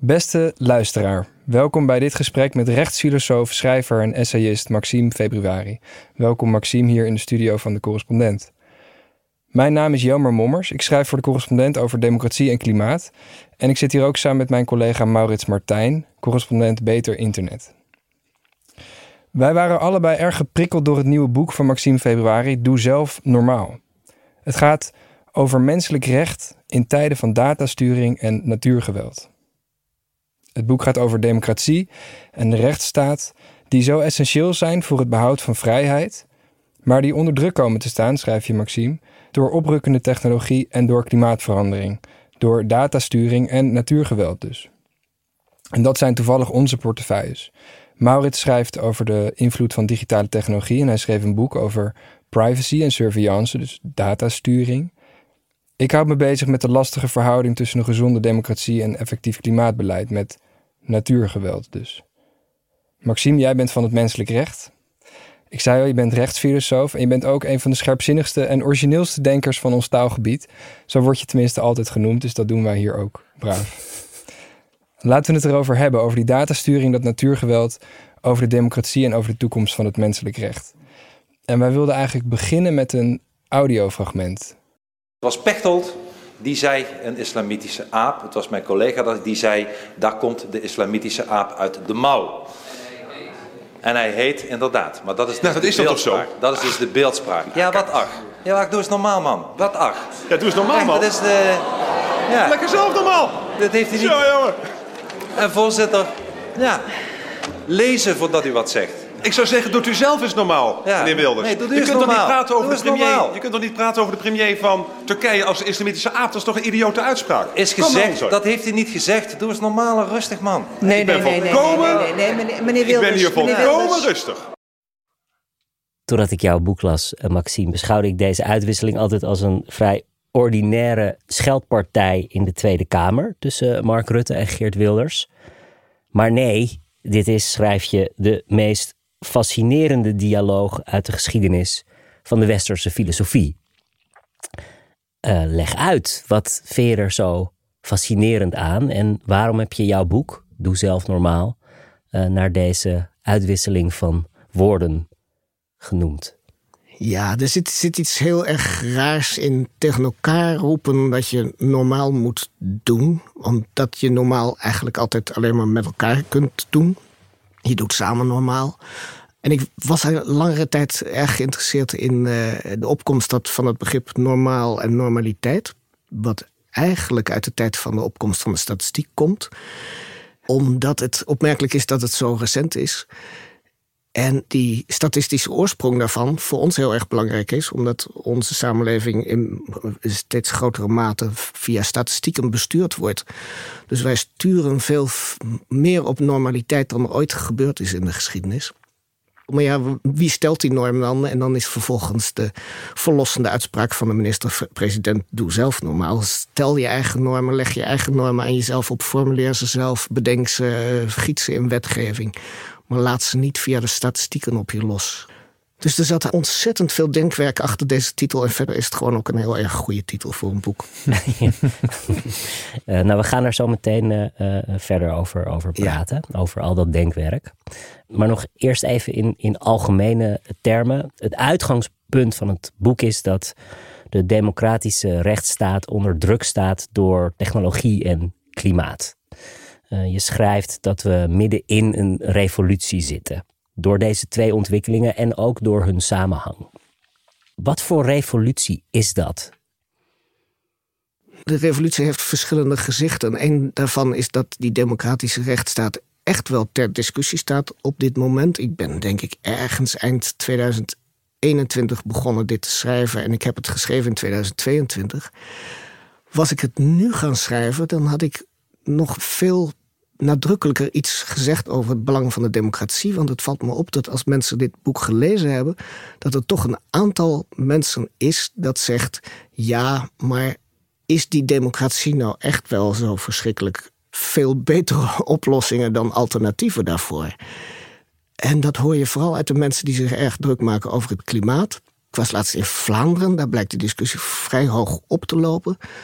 Beste luisteraar, welkom bij dit gesprek met rechtsfilosoof, schrijver en essayist Maxime Februari. Welkom Maxime hier in de studio van De Correspondent. Mijn naam is Jelmer Mommers, ik schrijf voor De Correspondent over democratie en klimaat. En ik zit hier ook samen met mijn collega Maurits Martijn, correspondent Beter Internet. Wij waren allebei erg geprikkeld door het nieuwe boek van Maxime Februari, Doe zelf normaal. Het gaat over menselijk recht in tijden van datasturing en natuurgeweld. Het boek gaat over democratie en de rechtsstaat die zo essentieel zijn voor het behoud van vrijheid, maar die onder druk komen te staan, schrijf je Maxime, door oprukkende technologie en door klimaatverandering, door datasturing en natuurgeweld dus. En dat zijn toevallig onze portefeuilles. Maurits schrijft over de invloed van digitale technologie en hij schreef een boek over privacy en surveillance, dus datasturing. Ik houd me bezig met de lastige verhouding tussen een gezonde democratie en effectief klimaatbeleid, met natuurgeweld dus. Maxime, jij bent van het menselijk recht. Ik zei al, je bent rechtsfilosoof en je bent ook een van de scherpzinnigste en origineelste denkers van ons taalgebied. Zo word je tenminste altijd genoemd, dus dat doen wij hier ook braaf. Laten we het erover hebben, over die datasturing, dat natuurgeweld, over de democratie en over de toekomst van het menselijk recht. En wij wilden eigenlijk beginnen met een audiofragment. Het was Pechtold die zei een islamitische aap. Het was mijn collega die zei, daar komt de islamitische aap uit de mouw. En hij heet inderdaad, maar dat is dus dat is toch zo? Dat is dus de beeldspraak. Ja, wat ach. Ja, doe eens normaal, man. Wat ach. Ja, doe eens normaal, man. Dat is de... Ja. Lekker zelf normaal. Dat heeft hij niet... Zo, jongen. En voorzitter, ja, lezen voordat u wat zegt. Ik zou zeggen, doet u zelf eens normaal, Ja. meneer Wilders. Nee, doe je eens kunt toch niet normaal. praten over Doe de eens premier. normaal. Je kunt toch niet praten over de premier van Turkije als islamitische aap. Dat is toch een idiote uitspraak. Is gezegd, dat heeft hij niet gezegd. Doe eens normaal en rustig, man. Nee, meneer Wilders. Ik ben hier volkomen rustig. Totdat ik jouw boek las, Maxime, beschouwde ik deze uitwisseling altijd als een vrij ordinaire scheldpartij in de Tweede Kamer tussen Mark Rutte en Geert Wilders. Maar nee, dit is, schrijf je, de meest fascinerende dialoog uit de geschiedenis van de westerse filosofie. Leg uit, wat vind je er zo fascinerend aan en waarom heb je jouw boek, Doe zelf normaal, naar deze uitwisseling van woorden genoemd? Ja, er zit iets heel erg raars in tegen elkaar roepen dat je normaal moet doen. Omdat je normaal eigenlijk altijd alleen maar met elkaar kunt doen. Je doet samen normaal. En ik was een langere tijd erg geïnteresseerd in de opkomst van het begrip normaal en normaliteit. Wat eigenlijk uit de tijd van de opkomst van de statistiek komt. Omdat het opmerkelijk is dat het zo recent is. En die statistische oorsprong daarvan voor ons heel erg belangrijk is. Omdat onze samenleving in steeds grotere mate via statistieken bestuurd wordt. Dus wij sturen veel meer op normaliteit dan er ooit gebeurd is in de geschiedenis. Maar ja, wie stelt die norm dan? En dan is vervolgens de verlossende uitspraak van de minister-president: doe zelf normaal. Stel je eigen normen, leg je eigen normen aan jezelf op, formuleer ze zelf, bedenk ze, giet ze in wetgeving. Maar laat ze niet via de statistieken op je los. Dus er zat ontzettend veel denkwerk achter deze titel. En verder is het gewoon ook een heel erg goede titel voor een boek. Nou, we gaan er zo meteen verder over praten. Ja. Over al dat denkwerk. Maar nog eerst even in algemene termen. Het uitgangspunt van het boek is dat de democratische rechtsstaat onder druk staat door technologie en klimaat. Je schrijft dat we midden in een revolutie zitten. Door deze twee ontwikkelingen en ook door hun samenhang. Wat voor revolutie is dat? De revolutie heeft verschillende gezichten. Een daarvan is dat die democratische rechtsstaat echt wel ter discussie staat op dit moment. Ik ben denk ik ergens eind 2021 begonnen dit te schrijven. En ik heb het geschreven in 2022. Was ik het nu gaan schrijven, dan had ik nog veel nadrukkelijker iets gezegd over het belang van de democratie. Want het valt me op dat als mensen dit boek gelezen hebben, dat er toch een aantal mensen is dat zegt: ja, maar is die democratie nou echt wel zo verschrikkelijk veel betere oplossingen dan alternatieven daarvoor? En dat hoor je vooral uit de mensen die zich erg druk maken over het klimaat. Ik was laatst in Vlaanderen, daar blijkt de discussie vrij hoog op te lopen.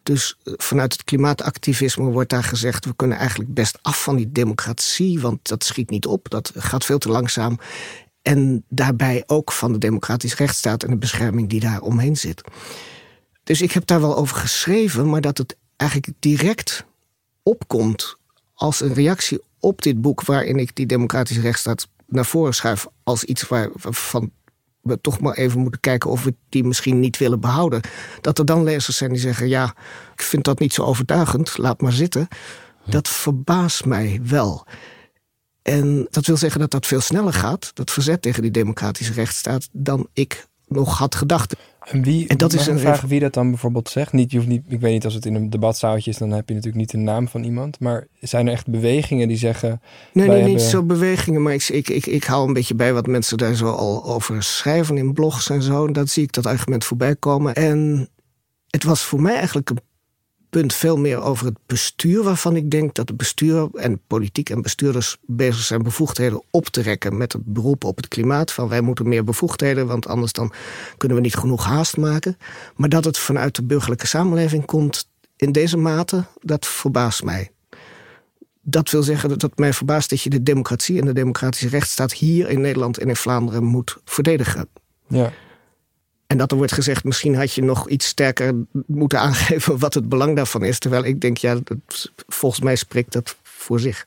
Dus vanuit het klimaatactivisme wordt daar gezegd, we kunnen eigenlijk best af van die democratie, want dat schiet niet op, dat gaat veel te langzaam. En daarbij ook van de democratische rechtsstaat en de bescherming die daar omheen zit. Dus ik heb daar wel over geschreven, maar dat het eigenlijk direct opkomt als een reactie op dit boek, waarin ik die democratische rechtsstaat naar voren schuif als iets waarvan we toch maar even moeten kijken of we die misschien niet willen behouden. Dat er dan lezers zijn die zeggen, ja, ik vind dat niet zo overtuigend, laat maar zitten. Dat verbaast mij wel. En dat wil zeggen dat dat veel sneller gaat, dat verzet tegen die democratische rechtsstaat, dan ik nog had gedacht. En dat is een vraag wie dat dan bijvoorbeeld zegt. Je hoeft niet, ik weet niet, als het in een debatzaaltje is, dan heb je natuurlijk niet de naam van iemand. Maar zijn er echt bewegingen die zeggen... Nee, niet zo bewegingen, maar ik hou een beetje bij wat mensen daar zo al over schrijven in blogs en zo. En dan zie ik dat argument voorbij komen. En het was voor mij eigenlijk een punt veel meer over het bestuur, waarvan ik denk dat het bestuur en politiek en bestuurders bezig zijn bevoegdheden op te rekken met het beroep op het klimaat. Van wij moeten meer bevoegdheden, want anders dan kunnen we niet genoeg haast maken. Maar dat het vanuit de burgerlijke samenleving komt in deze mate, dat verbaast mij. Dat wil zeggen dat het mij verbaast dat je de democratie en de democratische rechtsstaat hier in Nederland en in Vlaanderen moet verdedigen. Ja. En dat er wordt gezegd, misschien had je nog iets sterker moeten aangeven wat het belang daarvan is. Terwijl ik denk, volgens mij spreekt dat voor zich.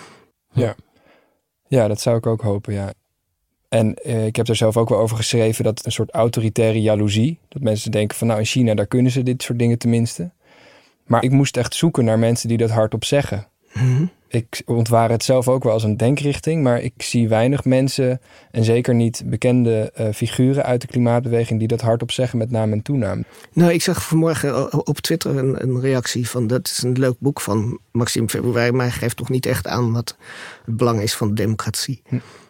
Ja, dat zou ik ook hopen, ja. En ik heb er zelf ook wel over geschreven dat een soort autoritaire jaloezie. Dat mensen denken van, nou in China, daar kunnen ze dit soort dingen tenminste. Maar ik moest echt zoeken naar mensen die dat hardop zeggen. Mm-hmm. Ik ontwaar het zelf ook wel als een denkrichting, maar ik zie weinig mensen en zeker niet bekende figuren uit de klimaatbeweging die dat hardop zeggen met naam en toenaam. Nou, ik zag vanmorgen op Twitter een reactie van, dat is een leuk boek van Maxime Februari, maar hij geeft toch niet echt aan wat het belang is van de democratie.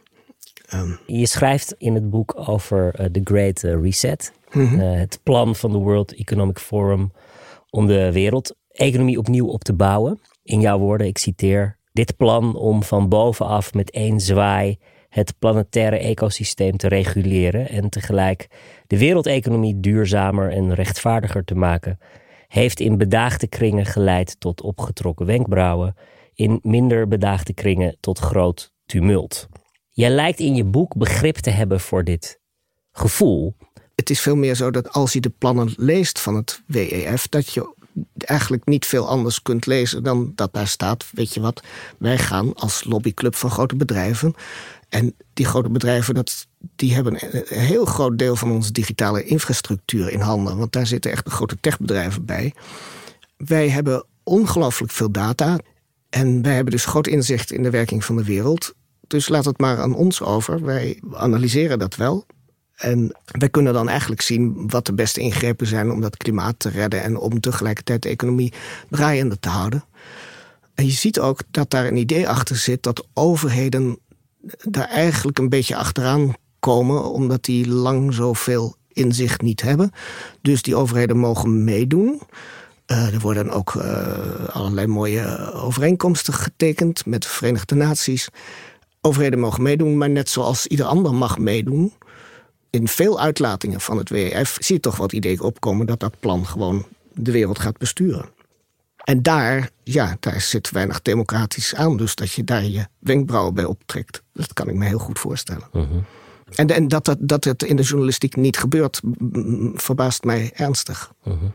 Je schrijft in het boek over The Great Reset, het plan van de World Economic Forum om de wereldeconomie opnieuw op te bouwen. In jouw woorden, ik citeer, dit plan om van bovenaf met één zwaai het planetaire ecosysteem te reguleren en tegelijk de wereldeconomie duurzamer en rechtvaardiger te maken, heeft in bedaagde kringen geleid tot opgetrokken wenkbrauwen, in minder bedaagde kringen tot groot tumult. Jij lijkt in je boek begrip te hebben voor dit gevoel. Het is veel meer zo dat als je de plannen leest van het WEF, dat je eigenlijk niet veel anders kunt lezen dan dat daar staat, weet je wat, wij gaan als lobbyclub van grote bedrijven. En die grote bedrijven, die hebben een heel groot deel van onze digitale infrastructuur in handen. Want daar zitten echt de grote techbedrijven bij. Wij hebben ongelooflijk veel data. En wij hebben dus groot inzicht in de werking van de wereld. Dus laat het maar aan ons over. Wij analyseren dat wel. En wij kunnen dan eigenlijk zien wat de beste ingrepen zijn om dat klimaat te redden en om tegelijkertijd de economie draaiende te houden. En je ziet ook dat daar een idee achter zit dat overheden daar eigenlijk een beetje achteraan komen, omdat die lang zoveel inzicht niet hebben. Dus die overheden mogen meedoen. Er worden ook allerlei mooie overeenkomsten getekend met de Verenigde Naties. Overheden mogen meedoen, maar net zoals ieder ander mag meedoen, in veel uitlatingen van het WEF zie je toch wat idee opkomen dat dat plan gewoon de wereld gaat besturen. En daar zit weinig democratisch aan, dus dat je daar je wenkbrauwen bij optrekt. Dat kan ik me heel goed voorstellen. Uh-huh. En dat het in de journalistiek niet gebeurt, verbaast mij ernstig. Uh-huh.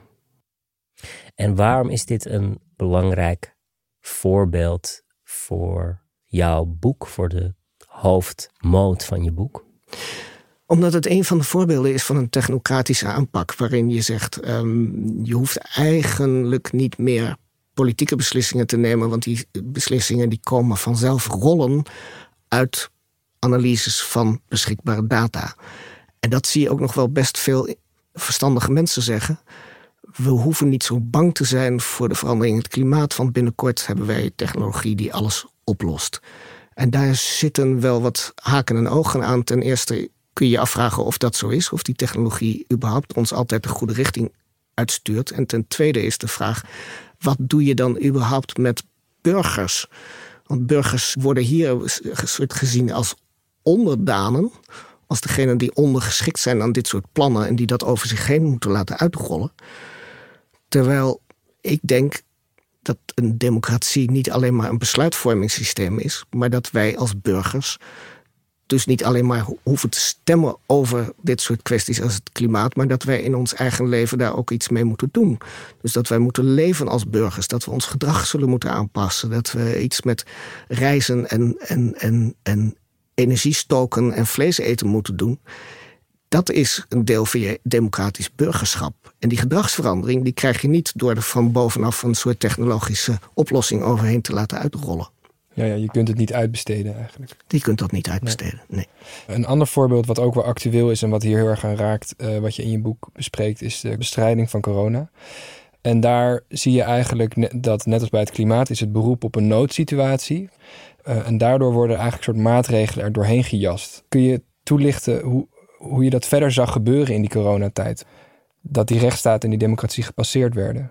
En waarom is dit een belangrijk voorbeeld voor jouw boek, voor de hoofdmoot van je boek? Omdat het een van de voorbeelden is van een technocratische aanpak, waarin je zegt, je hoeft eigenlijk niet meer politieke beslissingen te nemen, want die beslissingen die komen vanzelf rollen uit analyses van beschikbare data. En dat zie je ook nog wel best veel verstandige mensen zeggen. We hoeven niet zo bang te zijn voor de verandering in het klimaat, want binnenkort hebben wij technologie die alles oplost. En daar zitten wel wat haken en ogen aan. Ten eerste kun je je afvragen of dat zo is, of die technologie überhaupt ons altijd de goede richting uitstuurt. En ten tweede is de vraag, wat doe je dan überhaupt met burgers? Want burgers worden hier gezien als onderdanen, als degenen die ondergeschikt zijn aan dit soort plannen en die dat over zich heen moeten laten uitrollen. Terwijl Ik denk dat een democratie niet alleen maar een besluitvormingssysteem is, maar dat wij als burgers dus niet alleen maar hoeven te stemmen over dit soort kwesties als het klimaat, maar dat wij in ons eigen leven daar ook iets mee moeten doen. Dus dat wij moeten leven als burgers, dat we ons gedrag zullen moeten aanpassen, dat we iets met reizen en energie stoken en vlees eten moeten doen. Dat is een deel van je democratisch burgerschap. En die gedragsverandering die krijg je niet door er van bovenaf een soort technologische oplossing overheen te laten uitrollen. Ja, je kunt het niet uitbesteden eigenlijk. Je kunt dat niet uitbesteden, nee. Een ander voorbeeld wat ook wel actueel is en wat hier heel erg aan raakt, wat je in je boek bespreekt, is de bestrijding van corona. En daar zie je eigenlijk dat, net als bij het klimaat, is het beroep op een noodsituatie. En daardoor worden eigenlijk soort maatregelen er doorheen gejast. Kun je toelichten hoe je dat verder zag gebeuren in die coronatijd? Dat die rechtsstaat en die democratie gepasseerd werden?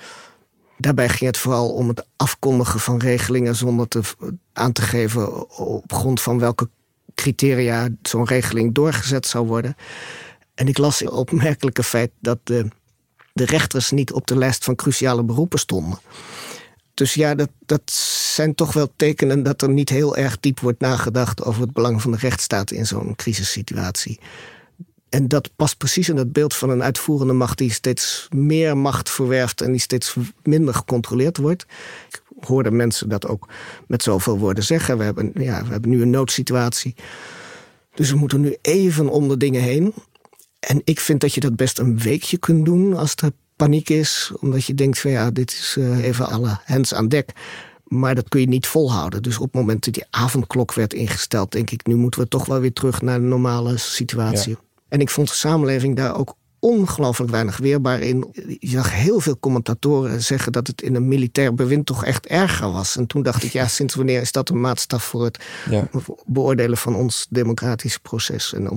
Daarbij ging het vooral om het afkondigen van regelingen zonder aan te geven op grond van welke criteria zo'n regeling doorgezet zou worden. En ik las het opmerkelijke feit dat de rechters niet op de lijst van cruciale beroepen stonden. Dus ja, dat zijn toch wel tekenen dat er niet heel erg diep wordt nagedacht over het belang van de rechtsstaat in zo'n crisissituatie. En dat past precies in het beeld van een uitvoerende macht die steeds meer macht verwerft en die steeds minder gecontroleerd wordt. Ik hoorde mensen dat ook met zoveel woorden zeggen. We hebben nu een noodsituatie. Dus we moeten nu even om de dingen heen. En ik vind dat je dat best een weekje kunt doen als er paniek is. Omdat je denkt van ja, dit is even alle hands aan dek. Maar dat kun je niet volhouden. Dus op het moment dat die avondklok werd ingesteld, denk ik, nu moeten we toch wel weer terug naar de normale situatie. Ja. En ik vond de samenleving daar ook ongelooflijk weinig weerbaar in. Je zag heel veel commentatoren zeggen dat het in een militair bewind toch echt erger was. En toen dacht ik, ja, sinds wanneer is dat een maatstaf voor het beoordelen van ons democratische proces en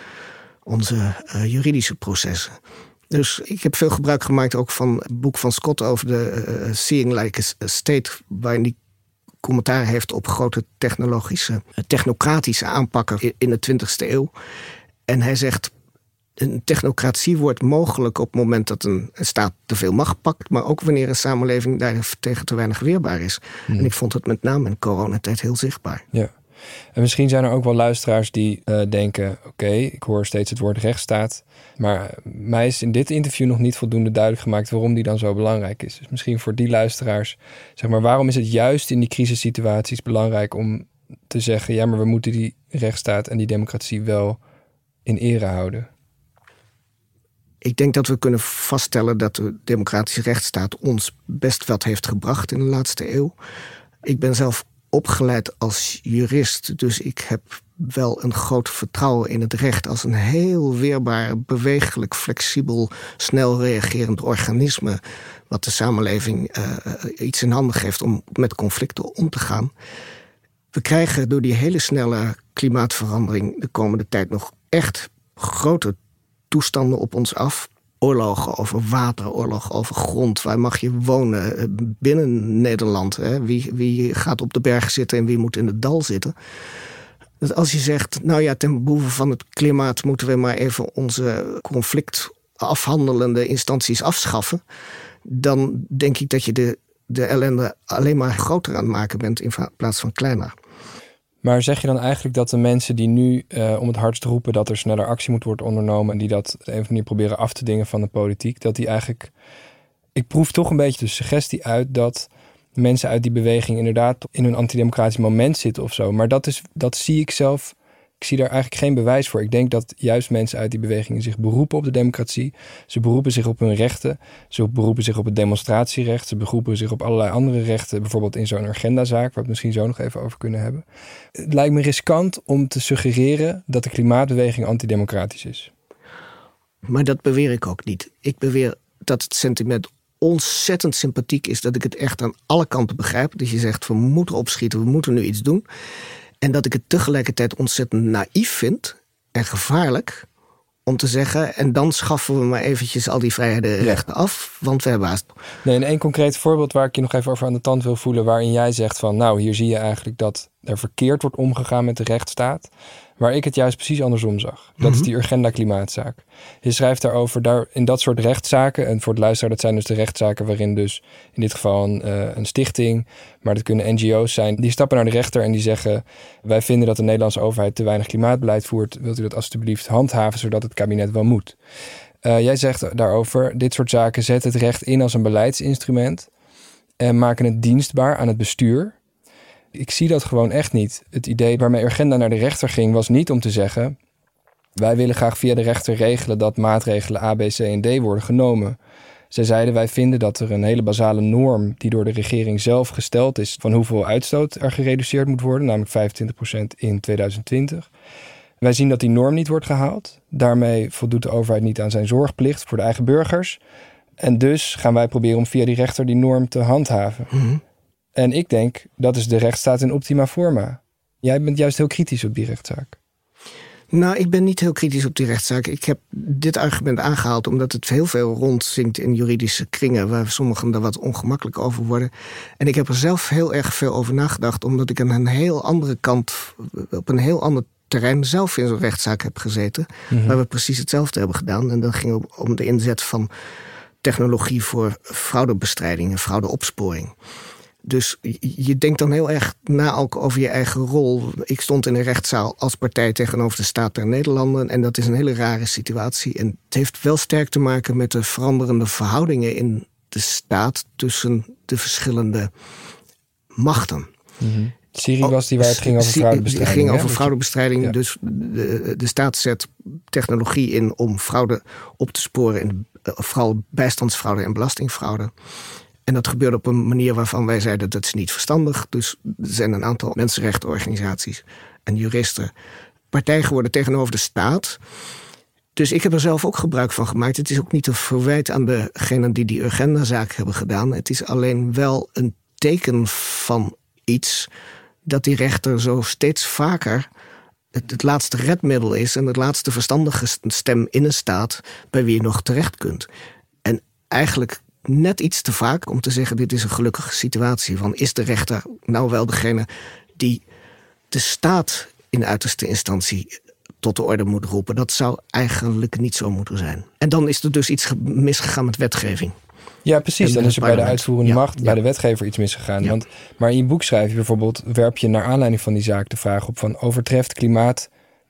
onze juridische processen. Dus ik heb veel gebruik gemaakt ook van het boek van Scott over de Seeing Like a State, waarin die commentaar heeft op grote technocratische aanpakken in de 20e eeuw. En hij zegt, een technocratie wordt mogelijk op het moment dat een staat te veel macht pakt, maar ook wanneer een samenleving daar tegen te weinig weerbaar is. En ik vond het met name in coronatijd heel zichtbaar. Ja. En misschien zijn er ook wel luisteraars die denken, oké, ik hoor steeds het woord rechtsstaat, maar mij is in dit interview nog niet voldoende duidelijk gemaakt waarom die dan zo belangrijk is. Dus misschien voor die luisteraars, zeg maar, waarom is het juist in die crisissituaties belangrijk om te zeggen, ja, maar we moeten die rechtsstaat en die democratie wel in ere houden? Ik denk dat we kunnen vaststellen dat de democratische rechtsstaat ons best wat heeft gebracht in de laatste eeuw. Ik ben zelf opgeleid als jurist, dus ik heb wel een groot vertrouwen in het recht als een heel weerbaar, bewegelijk, flexibel, snel reagerend organisme, wat de samenleving iets in handen geeft om met conflicten om te gaan. We krijgen door die hele snelle klimaatverandering de komende tijd nog echt grote toestanden op ons af. Oorlogen over water, oorlogen over grond. Waar mag je wonen binnen Nederland? Hè? Wie gaat op de berg zitten en wie moet in het dal zitten? Dus als je zegt, nou ja, ten behoeve van het klimaat moeten we maar even onze conflictafhandelende instanties afschaffen, dan denk ik dat je de ellende alleen maar groter aan het maken bent in plaats van kleiner. Maar zeg je dan eigenlijk dat de mensen die nu om het hardst roepen dat er sneller actie moet worden ondernomen en die dat op een of andere manier proberen af te dingen van de politiek, dat die eigenlijk, ik proef toch een beetje de suggestie uit dat mensen uit die beweging inderdaad in een antidemocratisch moment zitten of zo. Maar dat zie ik zelf, ik zie daar eigenlijk geen bewijs voor. Ik denk dat juist mensen uit die bewegingen zich beroepen op de democratie. Ze beroepen zich op hun rechten. Ze beroepen zich op het demonstratierecht. Ze beroepen zich op allerlei andere rechten. Bijvoorbeeld in zo'n agendazaak, waar we het misschien zo nog even over kunnen hebben. Het lijkt me riskant om te suggereren dat de klimaatbeweging antidemocratisch is. Maar dat beweer ik ook niet. Ik beweer dat het sentiment ontzettend sympathiek is, dat ik het echt aan alle kanten begrijp. Dat je zegt, we moeten opschieten, we moeten nu iets doen. En dat ik het tegelijkertijd ontzettend naïef vind en gevaarlijk om te zeggen, en dan schaffen we maar eventjes al die vrijheden en rechten af, want we hebben haast. Nee, en één concreet voorbeeld waar ik je nog even over aan de tand wil voelen, waarin jij zegt van, nou, hier zie je eigenlijk dat er verkeerd wordt omgegaan met de rechtsstaat. Waar ik het juist precies andersom zag. Dat is die Urgenda-klimaatzaak. Je schrijft daarover, in dat soort rechtszaken... en voor het luisteraar, dat zijn dus de rechtszaken... waarin dus in dit geval een stichting... maar dat kunnen NGO's zijn... die stappen naar de rechter en die zeggen... wij vinden dat de Nederlandse overheid te weinig klimaatbeleid voert. Wilt u dat alstublieft handhaven... zodat het kabinet wel moet? Jij zegt daarover... dit soort zaken zetten het recht in als een beleidsinstrument... en maken het dienstbaar aan het bestuur... Ik zie dat gewoon echt niet. Het idee waarmee Urgenda naar de rechter ging was niet om te zeggen... wij willen graag via de rechter regelen dat maatregelen A, B, C en D worden genomen. Zij zeiden wij vinden dat er een hele basale norm... die door de regering zelf gesteld is... van hoeveel uitstoot er gereduceerd moet worden... namelijk 25% in 2020. Wij zien dat die norm niet wordt gehaald. Daarmee voldoet de overheid niet aan zijn zorgplicht voor de eigen burgers. En dus gaan wij proberen om via die rechter die norm te handhaven... En ik denk, dat is de rechtsstaat in optima forma. Jij bent juist heel kritisch op die rechtszaak. Nou, ik ben niet heel kritisch op die rechtszaak. Ik heb dit argument aangehaald omdat het heel veel rondzwingt in juridische kringen... waar sommigen er wat ongemakkelijk over worden. En ik heb er zelf heel erg veel over nagedacht... omdat ik aan een heel andere kant, op een heel ander terrein... zelf in zo'n rechtszaak heb gezeten... waar we precies hetzelfde hebben gedaan. En dat ging om de inzet van technologie voor fraudebestrijding en fraudeopsporing... Dus je denkt dan heel erg na ook over je eigen rol. Ik stond in een rechtszaal als partij tegenover de staat der Nederlanden... en dat is een hele rare situatie. En het heeft wel sterk te maken met de veranderende verhoudingen... in de staat tussen de verschillende machten. Syrië was die waar het ging over fraudebestrijding. Het ging over fraudebestrijding. Ja. Dus de staat zet technologie in om fraude op te sporen... vooral bijstandsfraude en belastingfraude... En dat gebeurde op een manier waarvan wij zeiden dat is niet verstandig. Dus er zijn een aantal mensenrechtenorganisaties en juristen partij geworden tegenover de staat. Dus ik heb er zelf ook gebruik van gemaakt. Het is ook niet een verwijt aan degenen die Urgenda-zaak hebben gedaan. Het is alleen wel een teken van iets dat die rechter zo steeds vaker het laatste redmiddel is en het laatste verstandige stem in een staat bij wie je nog terecht kunt. En eigenlijk net iets te vaak om te zeggen dit is een gelukkige situatie. Van is de rechter nou wel degene die de staat in uiterste instantie tot de orde moet roepen? Dat zou eigenlijk niet zo moeten zijn. En dan is er dus iets misgegaan met wetgeving. Ja, precies. Dan is er bij de uitvoerende macht, bij de wetgever iets misgegaan. Ja. Maar in je boek schrijf je bijvoorbeeld, werp je naar aanleiding van die zaak de vraag op van overtreft klimaat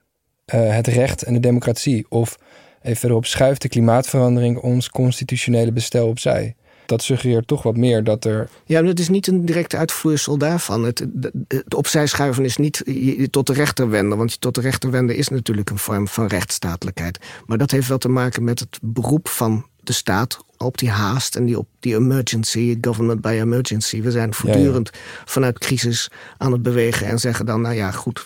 het recht en de democratie? Of even verderop, schuift de klimaatverandering ons constitutionele bestel opzij? Dat suggereert toch wat meer dat er... Ja, dat is niet een directe uitvloeisel daarvan. Het opzij schuiven is niet je tot de rechter wenden. Want je tot de rechter wenden is natuurlijk een vorm van rechtsstatelijkheid. Maar dat heeft wel te maken met het beroep van de staat op die haast en op die emergency, government by emergency. We zijn voortdurend vanuit crisis aan het bewegen en zeggen dan, nou ja, goed,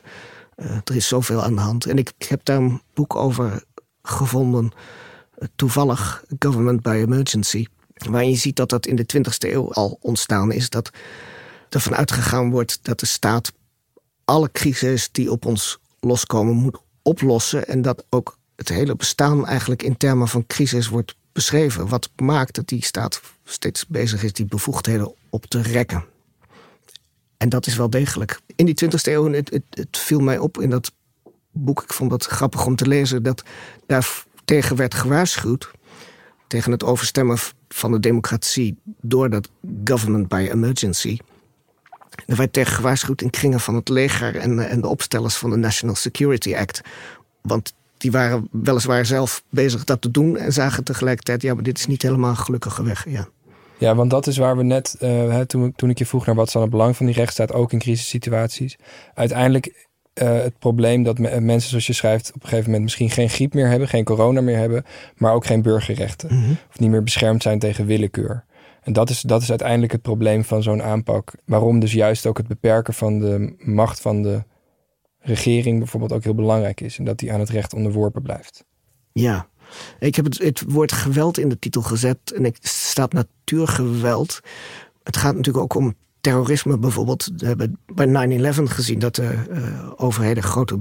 er is zoveel aan de hand. En ik heb daar een boek over gevonden, toevallig Government by Emergency, waarin je ziet dat dat in de 20e eeuw al ontstaan is, dat ervan uitgegaan wordt dat de staat alle crises die op ons loskomen moet oplossen en dat ook het hele bestaan eigenlijk in termen van crisis wordt beschreven. Wat maakt dat die staat steeds bezig is die bevoegdheden op te rekken. En dat is wel degelijk. In die 20e eeuw, het viel mij op in dat boek, ik vond dat grappig om te lezen, dat daar tegen werd gewaarschuwd, tegen het overstemmen van de democratie door dat government by emergency. Er werd tegen gewaarschuwd in kringen van het leger en de opstellers van de National Security Act. Want die waren weliswaar zelf bezig dat te doen en zagen tegelijkertijd, ja, maar dit is niet helemaal een gelukkige weg. Ja, want dat is waar we net, toen ik je vroeg naar wat is dan het belang van die rechtsstaat, ook in crisissituaties. Uiteindelijk het probleem dat mensen, zoals je schrijft, op een gegeven moment misschien geen griep meer hebben, geen corona meer hebben, maar ook geen burgerrechten. Mm-hmm. Of niet meer beschermd zijn tegen willekeur. En dat is uiteindelijk het probleem van zo'n aanpak. Waarom dus juist ook het beperken van de macht van de regering bijvoorbeeld ook heel belangrijk is. En dat die aan het recht onderworpen blijft. Ja, ik heb het woord geweld in de titel gezet. En er staat natuurgeweld. Het gaat natuurlijk ook om terrorisme bijvoorbeeld. We hebben bij 9/11 gezien dat de overheden grote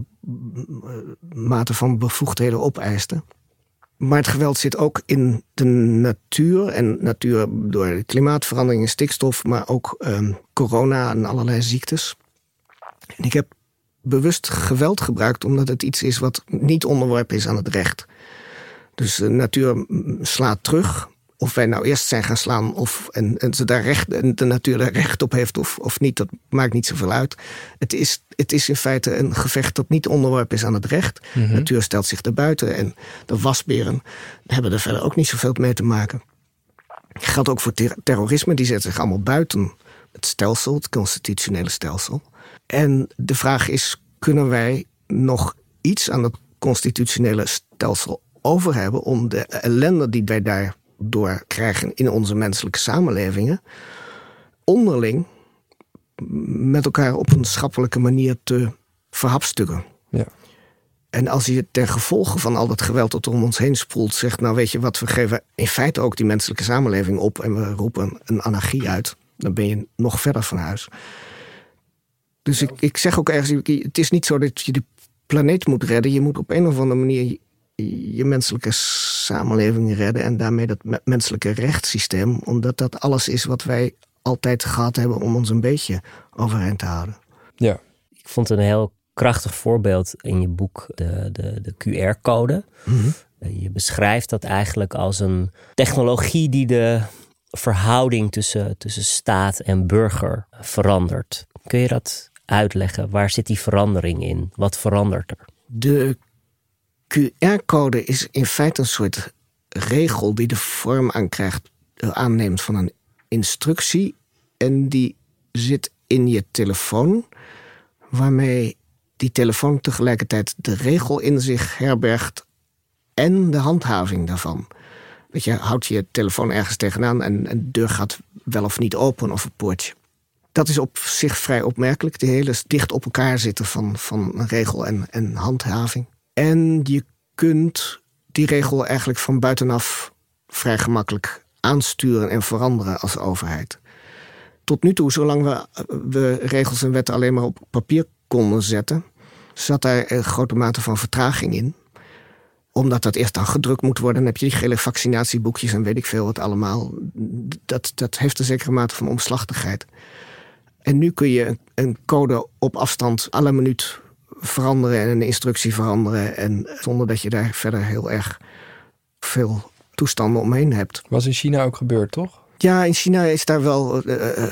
mate van bevoegdheden opeisten. Maar het geweld zit ook in de natuur. En natuur door klimaatverandering en stikstof, maar ook corona en allerlei ziektes. En ik heb bewust geweld gebruikt omdat het iets is wat niet onderworpen is aan het recht. Dus de natuur slaat terug. Of wij nou eerst zijn gaan slaan en de natuur daar recht op heeft of niet, dat maakt niet zoveel uit. Het is in feite een gevecht dat niet onderworpen is aan het recht. De natuur stelt zich daarbuiten en de wasberen hebben er verder ook niet zoveel mee te maken. Dat geldt ook voor terrorisme, die zetten zich allemaal buiten het stelsel, het constitutionele stelsel. En de vraag is, kunnen wij nog iets aan het constitutionele stelsel over hebben om de ellende die wij daardoor krijgen in onze menselijke samenlevingen onderling met elkaar op een schappelijke manier te verhapstukken. Ja. En als je ten gevolge van al dat geweld dat om ons heen spoelt zegt, nou weet je wat, we geven in feite ook die menselijke samenleving op en we roepen een anarchie uit, dan ben je nog verder van huis. Dus ik zeg ook ergens, het is niet zo dat je de planeet moet redden. Je moet op een of andere manier je menselijke samenleving redden en daarmee dat menselijke rechtssysteem, omdat dat alles is wat wij altijd gehad hebben om ons een beetje overeind te houden. Ja. Ik vond een heel krachtig voorbeeld in je boek de QR-code. Mm-hmm. Je beschrijft dat eigenlijk als een technologie die de verhouding tussen staat en burger verandert. Kun je dat uitleggen? Waar zit die verandering in? Wat verandert er? De QR-code is in feite een soort regel die de vorm aanneemt van een instructie. En die zit in je telefoon, waarmee die telefoon tegelijkertijd de regel in zich herbergt en de handhaving daarvan. Weet je, houdt je telefoon ergens tegenaan en de deur gaat wel of niet open of een poortje. Dat is op zich vrij opmerkelijk. De hele dicht op elkaar zitten van een regel en handhaving. En je kunt die regel eigenlijk van buitenaf vrij gemakkelijk aansturen en veranderen als overheid. Tot nu toe, zolang we regels en wetten alleen maar op papier konden zetten, zat daar een grote mate van vertraging in. Omdat dat eerst dan gedrukt moet worden, dan heb je die gele vaccinatieboekjes en weet ik veel wat allemaal. Dat heeft een zekere mate van omslachtigheid. En nu kun je een code op afstand à la minuut veranderen en een instructie veranderen. En zonder dat je daar verder heel erg veel toestanden omheen hebt. Was in China ook gebeurd, toch? Ja, in China is daar wel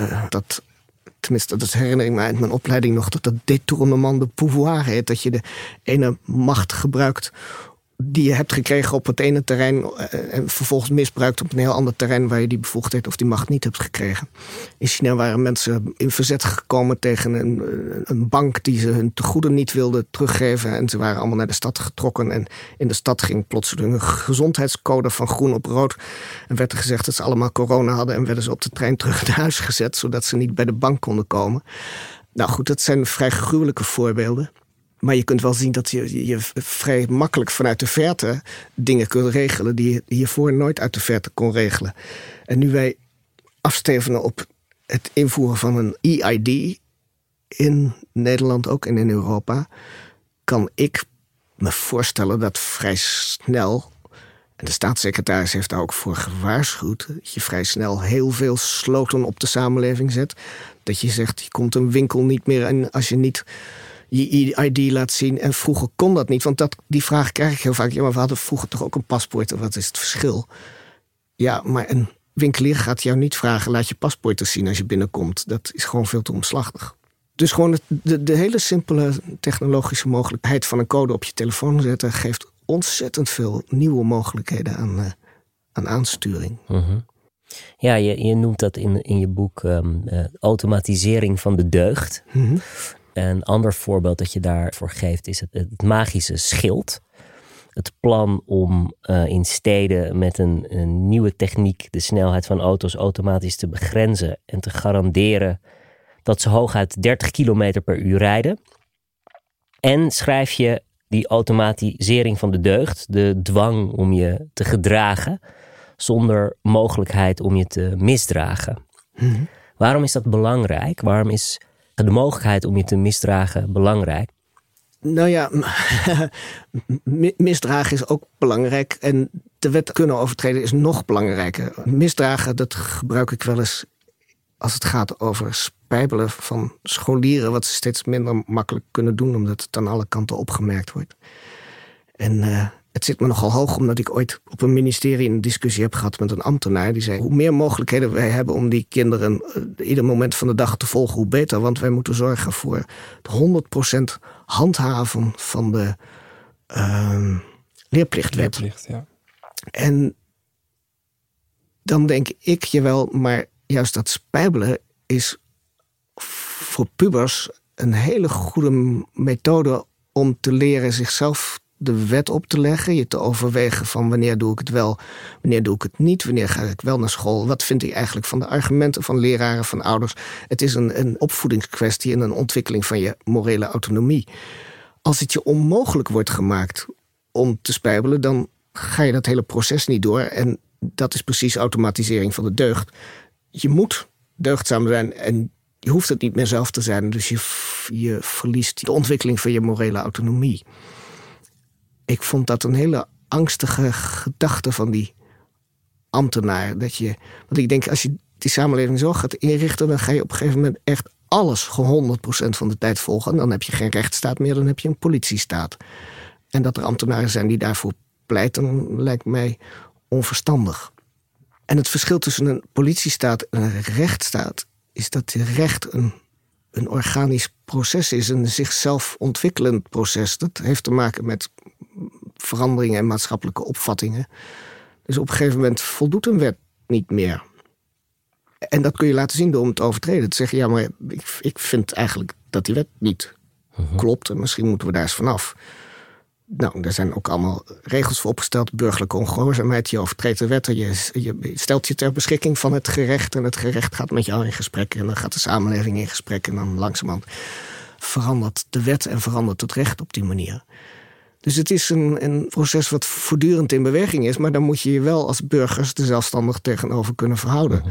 tenminste, dat herinner ik me uit mijn opleiding nog, dat détournement de pouvoir heet. Dat je de ene macht gebruikt die je hebt gekregen op het ene terrein en vervolgens misbruikt op een heel ander terrein waar je die bevoegdheid of die macht niet hebt gekregen. In China waren mensen in verzet gekomen tegen een bank die ze hun tegoeden niet wilde teruggeven en ze waren allemaal naar de stad getrokken en in de stad ging plotseling een gezondheidscode van groen op rood en werd er gezegd dat ze allemaal corona hadden en werden ze op de trein terug naar huis gezet zodat ze niet bij de bank konden komen. Nou goed, dat zijn vrij gruwelijke voorbeelden. Maar je kunt wel zien dat je vrij makkelijk vanuit de verte dingen kunt regelen die je hiervoor nooit uit de verte kon regelen. En nu wij afstevenen op het invoeren van een EID in Nederland, ook en in Europa, kan ik me voorstellen dat vrij snel, en de staatssecretaris heeft daar ook voor gewaarschuwd, dat je vrij snel heel veel sloten op de samenleving zet. Dat je zegt, je komt een winkel niet meer en als je niet je ID laat zien. En vroeger kon dat niet. Want die vraag krijg ik heel vaak. Ja, maar we hadden vroeger toch ook een paspoort. Wat is het verschil? Ja, maar een winkelier gaat jou niet vragen, laat je paspoort eens zien als je binnenkomt. Dat is gewoon veel te omslachtig. Dus gewoon de hele simpele technologische mogelijkheid van een code op je telefoon zetten geeft ontzettend veel nieuwe mogelijkheden aan aansturing. Mm-hmm. Ja, je noemt dat in je boek automatisering van de deugd. Mm-hmm. Een ander voorbeeld dat je daarvoor geeft is het magische schild. Het plan om in steden met een nieuwe techniek de snelheid van auto's automatisch te begrenzen en te garanderen dat ze hooguit 30 kilometer per uur rijden. En schrijf je die automatisering van de deugd, de dwang om je te gedragen zonder mogelijkheid om je te misdragen. Mm-hmm. Waarom is dat belangrijk? Waarom is de mogelijkheid om je te misdragen belangrijk? Nou ja, misdragen is ook belangrijk. En de wet kunnen overtreden is nog belangrijker. Misdragen, dat gebruik ik wel eens als het gaat over spijbelen van scholieren, wat ze steeds minder makkelijk kunnen doen, omdat het aan alle kanten opgemerkt wordt. En het zit me nogal hoog, omdat ik ooit op een ministerie een discussie heb gehad met een ambtenaar. Die zei, hoe meer mogelijkheden wij hebben om die kinderen ieder moment van de dag te volgen, hoe beter. Want wij moeten zorgen voor het 100% handhaven van de leerplichtwet. Leerplicht, ja. En dan denk ik, jawel, maar juist dat spijbelen is voor pubers een hele goede methode om te leren zichzelf de wet op te leggen. Je te overwegen van wanneer doe ik het wel, wanneer doe ik het niet. Wanneer ga ik wel naar school. Wat vind ik eigenlijk van de argumenten van leraren, van ouders. Het is een opvoedingskwestie en een ontwikkeling van je morele autonomie. Als het je onmogelijk wordt gemaakt om te spijbelen, dan ga je dat hele proces niet door. En dat is precies automatisering van de deugd. Je moet deugdzaam zijn en je hoeft het niet meer zelf te zijn. Dus je verliest de ontwikkeling van je morele autonomie. Ik vond dat een hele angstige gedachte van die ambtenaar. Want ik denk, als je die samenleving zo gaat inrichten, dan ga je op een gegeven moment echt alles 100% van de tijd volgen. En dan heb je geen rechtsstaat meer, dan heb je een politiestaat. En dat er ambtenaren zijn die daarvoor pleiten, lijkt mij onverstandig. En het verschil tussen een politiestaat en een rechtsstaat is dat de recht een organisch proces is, een zichzelf ontwikkelend proces. Dat heeft te maken met veranderingen en maatschappelijke opvattingen. Dus op een gegeven moment voldoet een wet niet meer. En dat kun je laten zien door hem te overtreden. Te zeggen, ja, maar ik vind eigenlijk dat die wet niet klopt. En misschien moeten we daar eens vanaf. Nou, daar zijn ook allemaal regels voor opgesteld. Burgerlijke ongehoorzaamheid, je overtreedt de wet. Je stelt je ter beschikking van het gerecht. En het gerecht gaat met jou in gesprek. En dan gaat de samenleving in gesprek. En dan langzamerhand verandert de wet en verandert het recht op die manier. Dus het is een proces wat voortdurend in beweging is. Maar dan moet je je wel als burgers er zelfstandig tegenover kunnen verhouden.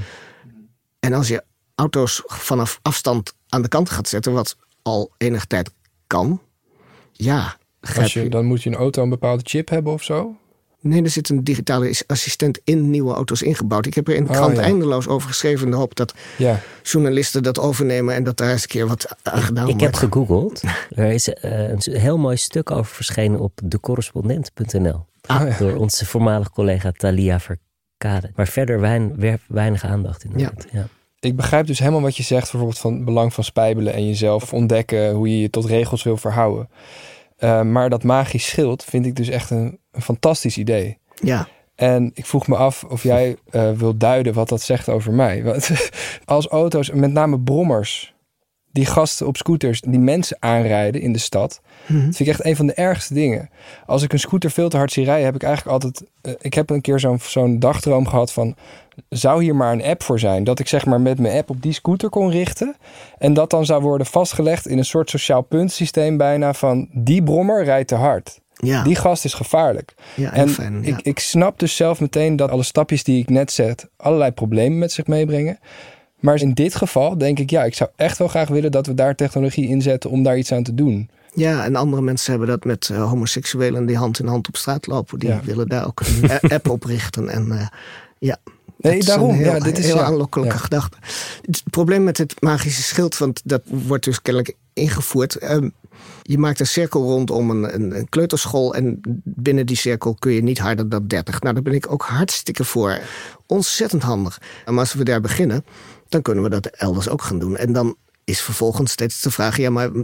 En als je auto's vanaf afstand aan de kant gaat zetten, wat al enige tijd kan, ja. Dan moet je een auto een bepaalde chip hebben of zo? Nee, er zit een digitale assistent in nieuwe auto's ingebouwd. Ik heb er in de krant eindeloos over geschreven in de hoop dat journalisten dat overnemen en dat daar eens een keer wat aan gedaan wordt. Ik heb gegoogeld. Er is een heel mooi stuk over verschenen op decorrespondent.nl. Door onze voormalige collega Thalia Verkade. Maar verder weinig aandacht inderdaad. Ja. Ik begrijp dus helemaal wat je zegt, bijvoorbeeld van het belang van spijbelen en jezelf ontdekken, hoe je je tot regels wil verhouden. Maar dat magisch schild vind ik dus echt een fantastisch idee. Ja. En ik vroeg me af of jij wilt duiden wat dat zegt over mij. Want als auto's, met name brommers, die gasten op scooters, die mensen aanrijden in de stad, dat vind ik echt een van de ergste dingen. Als ik een scooter veel te hard zie rijden, heb ik eigenlijk altijd, ik heb een keer zo'n dagdroom gehad van, zou hier maar een app voor zijn? Dat ik zeg maar met mijn app op die scooter kon richten. En dat dan zou worden vastgelegd in een soort sociaal puntsysteem bijna van, die brommer rijdt te hard. Ja. Die gast is gevaarlijk. Ja, en fijn, ja. Ik snap dus zelf meteen dat alle stapjes die ik net zet allerlei problemen met zich meebrengen. Maar in dit geval denk ik, ik zou echt wel graag willen dat we daar technologie inzetten om daar iets aan te doen. Ja, en andere mensen hebben dat met homoseksuelen die hand in hand op straat lopen. Die willen daar ook een app op richten. En nee, daarom. Dit is een heel aanlokkelijke gedachte. Het probleem met het magische schild, want dat wordt dus kennelijk ingevoerd. Je maakt een cirkel rondom een kleuterschool en binnen die cirkel kun je niet harder dan 30. Nou, daar ben ik ook hartstikke voor. Ontzettend handig. En als we daar beginnen, dan kunnen we dat elders ook gaan doen. En dan is vervolgens steeds de vraag, ja, maar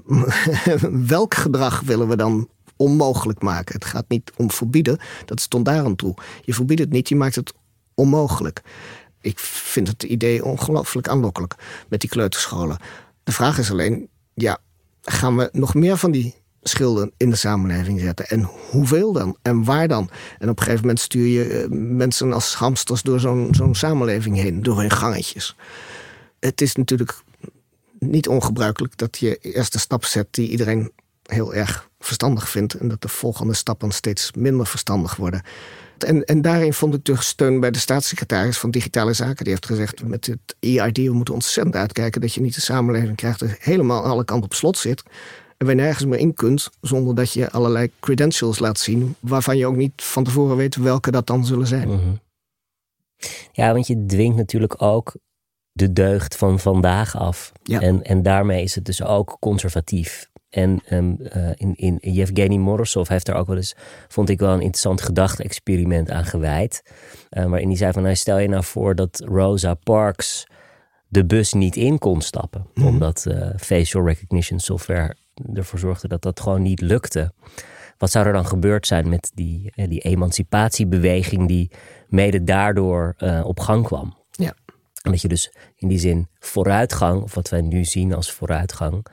welk gedrag willen we dan onmogelijk maken? Het gaat niet om verbieden, dat stond daar aan toe. Je verbiedt het niet, je maakt het onmogelijk. Ik vind het idee ongelooflijk aanlokkelijk met die kleuterscholen. De vraag is alleen, gaan we nog meer van die schilden in de samenleving zetten? En hoeveel dan? En waar dan? En op een gegeven moment stuur je mensen als hamsters door zo'n samenleving heen, door hun gangetjes. Het is natuurlijk niet ongebruikelijk dat je eerst een stap zet die iedereen heel erg verstandig vindt en dat de volgende stappen steeds minder verstandig worden. En daarin vond ik de steun bij de staatssecretaris van Digitale Zaken. Die heeft gezegd, met het EID, we moeten ontzettend uitkijken dat je niet de samenleving krijgt die helemaal aan alle kanten op slot zit. En waar je nergens meer in kunt, zonder dat je allerlei credentials laat zien, waarvan je ook niet van tevoren weet welke dat dan zullen zijn. Ja, want je dwingt natuurlijk ook de deugd van vandaag af. Ja. En daarmee is het dus ook conservatief. En in Yevgeny Morozov heeft daar ook wel eens, vond ik wel een interessant gedachte-experiment aan gewijd. Waarin hij zei van, stel je nou voor dat Rosa Parks de bus niet in kon stappen. Omdat facial recognition software ervoor zorgde dat dat gewoon niet lukte. Wat zou er dan gebeurd zijn met die emancipatiebeweging die mede daardoor op gang kwam? Ja. En dat je dus in die zin vooruitgang, of wat wij nu zien als vooruitgang,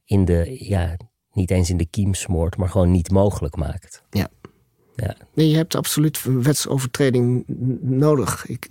niet eens in de kiem smoort, maar gewoon niet mogelijk maakt. Ja. Ja. Nee, je hebt absoluut wetsovertreding nodig. Ik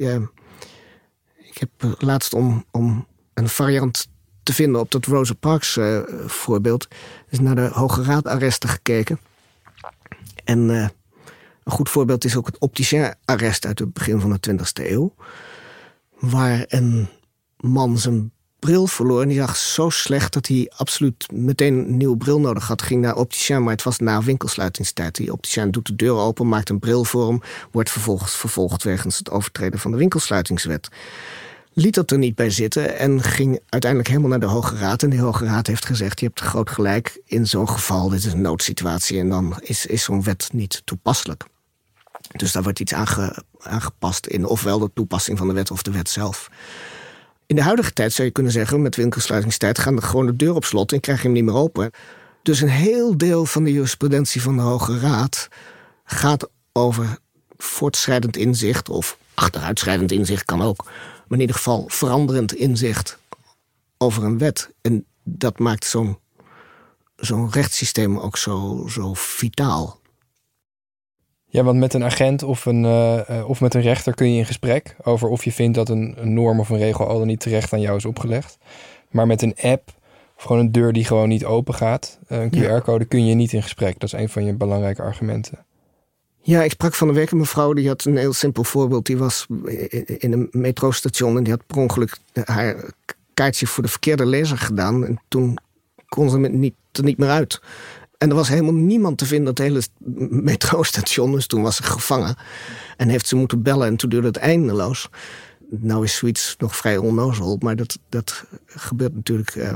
heb laatst om een variant te vinden op dat Rosa Parks voorbeeld, is naar de Hoge Raad arresten gekeken. En een goed voorbeeld is ook het opticien-arrest uit het begin van de 20e eeuw. Waar een man zijn bril verloor en die zag zo slecht dat hij absoluut meteen een nieuwe bril nodig had. Ging naar opticien, maar het was na winkelsluitingstijd. Die opticien doet de deur open, maakt een bril voor hem, wordt vervolgens vervolgd wegens het overtreden van de winkelsluitingswet. Liet dat er niet bij zitten en ging uiteindelijk helemaal naar de Hoge Raad. En de Hoge Raad heeft gezegd, je hebt groot gelijk in zo'n geval. Dit is een noodsituatie en dan is zo'n wet niet toepasselijk. Dus daar wordt iets aangepast in ofwel de toepassing van de wet of de wet zelf. In de huidige tijd zou je kunnen zeggen, met winkelsluitingstijd gaan gewoon de deur op slot en krijg je hem niet meer open. Dus een heel deel van de jurisprudentie van de Hoge Raad gaat over voortschrijdend inzicht of achteruitschrijdend inzicht kan ook. Maar in ieder geval veranderend inzicht over een wet. En dat maakt zo'n rechtssysteem ook zo vitaal. Ja, want met een agent of met een rechter kun je in gesprek over of je vindt dat een norm of een regel al dan niet terecht aan jou is opgelegd. Maar met een app of gewoon een deur die gewoon niet open gaat, een QR-code, kun je niet in gesprek. Dat is een van je belangrijke argumenten. Ja, ik sprak van de week een mevrouw die had een heel simpel voorbeeld. Die was in een metrostation en die had per ongeluk haar kaartje voor de verkeerde lezer gedaan. En toen kon ze er niet meer uit. En er was helemaal niemand te vinden op het hele metrostation. Dus toen was ze gevangen. En heeft ze moeten bellen en toen duurde het eindeloos. Nou is zoiets nog vrij onnozel. Maar dat gebeurt natuurlijk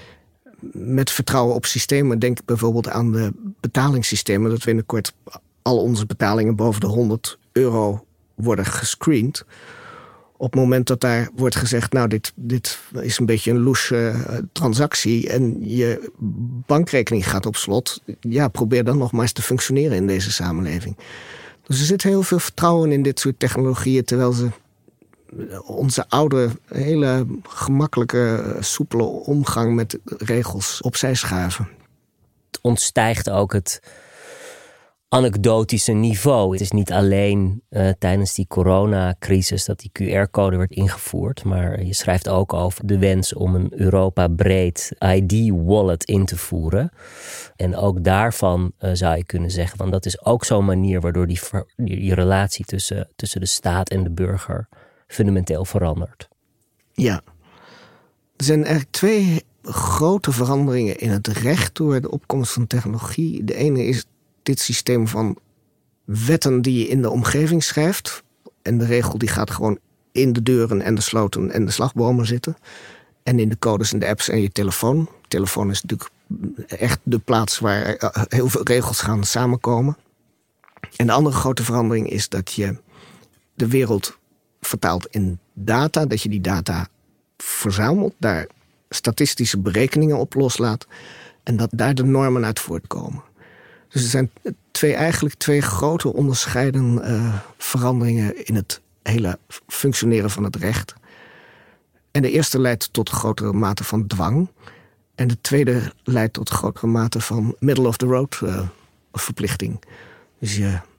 met vertrouwen op systemen. Denk bijvoorbeeld aan de betalingssystemen. Dat binnenkort al onze betalingen boven de €100 worden gescreend. Op het moment dat daar wordt gezegd, nou, dit is een beetje een loesje transactie en je bankrekening gaat op slot. Ja, probeer dan nog maar eens te functioneren in deze samenleving. Dus er zit heel veel vertrouwen in dit soort technologieën, terwijl ze onze oude, hele gemakkelijke, soepele omgang met regels opzij schuiven. Het ontstijgt ook het anekdotische niveau. Het is niet alleen tijdens die coronacrisis dat die QR-code werd ingevoerd, maar je schrijft ook over de wens om een Europa-breed ID-wallet in te voeren. En ook daarvan zou je kunnen zeggen, want dat is ook zo'n manier waardoor die relatie tussen de staat en de burger fundamenteel verandert. Ja. Er zijn eigenlijk twee grote veranderingen in het recht door de opkomst van technologie. De ene is dit systeem van wetten die je in de omgeving schrijft. En de regel die gaat gewoon in de deuren en de sloten en de slagbomen zitten. En in de codes en de apps en je telefoon. De telefoon is natuurlijk echt de plaats waar heel veel regels gaan samenkomen. En de andere grote verandering is dat je de wereld vertaalt in data. Dat je die data verzamelt, daar statistische berekeningen op loslaat. En dat daar de normen uit voortkomen. Dus er zijn eigenlijk twee grote onderscheiden veranderingen in het hele functioneren van het recht. En de eerste leidt tot grotere mate van dwang. En de tweede leidt tot grotere mate van middle-of-the-road verplichting. Dus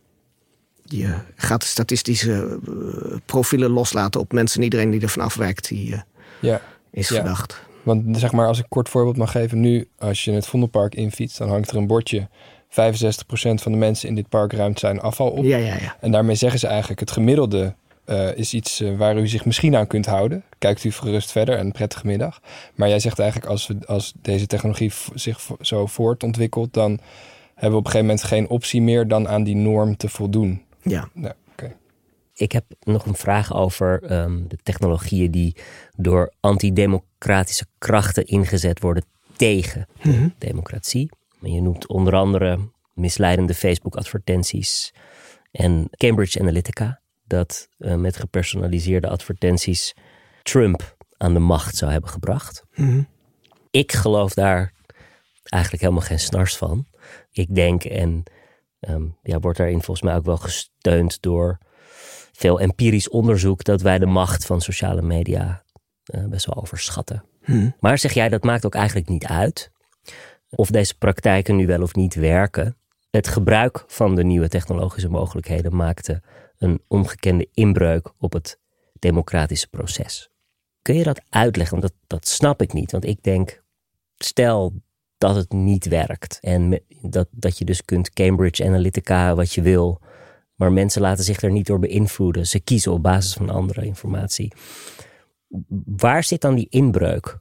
je gaat statistische profielen loslaten op mensen. En iedereen die ervan afwijkt, die is verdacht. Want zeg maar, als ik een kort voorbeeld mag geven. Nu, als je het Vondelpark infietst, dan hangt er een bordje. 65% van de mensen in dit park ruimt zijn afval op. Ja. En daarmee zeggen ze eigenlijk, het gemiddelde is iets waar u zich misschien aan kunt houden. Kijkt u gerust verder en een prettige middag. Maar jij zegt eigenlijk, als deze technologie zich zo voortontwikkelt, dan hebben we op een gegeven moment geen optie meer dan aan die norm te voldoen. Ja. Okay. Ik heb nog een vraag over de technologieën die door antidemocratische krachten ingezet worden tegen de democratie. Je noemt onder andere misleidende Facebook-advertenties en Cambridge Analytica, dat met gepersonaliseerde advertenties Trump aan de macht zou hebben gebracht. Ik geloof daar eigenlijk helemaal geen snars van. Ik denk, en wordt daarin volgens mij ook wel gesteund door veel empirisch onderzoek, dat wij de macht van sociale media best wel overschatten. Maar zeg jij, dat maakt ook eigenlijk niet uit of deze praktijken nu wel of niet werken. Het gebruik van de nieuwe technologische mogelijkheden maakte een ongekende inbreuk op het democratische proces. Kun je dat uitleggen? Want dat snap ik niet. Want ik denk, stel dat het niet werkt. En dat je dus kunt Cambridge Analytica wat je wil. Maar mensen laten zich er niet door beïnvloeden. Ze kiezen op basis van andere informatie. Waar zit dan die inbreuk?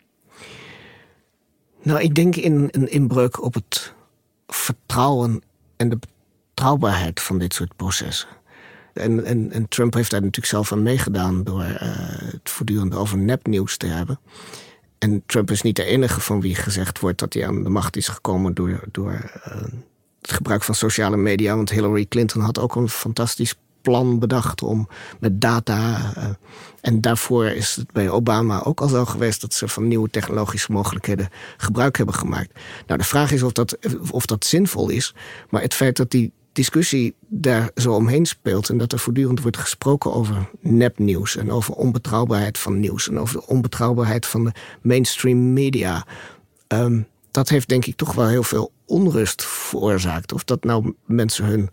Nou, ik denk in een inbreuk op het vertrouwen en de betrouwbaarheid van dit soort processen. En Trump heeft daar natuurlijk zelf aan meegedaan door het voortdurend over nepnieuws te hebben. En Trump is niet de enige van wie gezegd wordt dat hij aan de macht is gekomen door het gebruik van sociale media. Want Hillary Clinton had ook een fantastisch plan bedacht om met data. En daarvoor is het bij Obama ook al zo geweest dat ze van nieuwe technologische mogelijkheden gebruik hebben gemaakt. Nou, de vraag is of dat zinvol is. Maar het feit dat die discussie daar zo omheen speelt en dat er voortdurend wordt gesproken over nepnieuws en over onbetrouwbaarheid van nieuws en over de onbetrouwbaarheid van de mainstream media. Dat heeft denk ik toch wel heel veel onrust veroorzaakt. Of dat nou mensen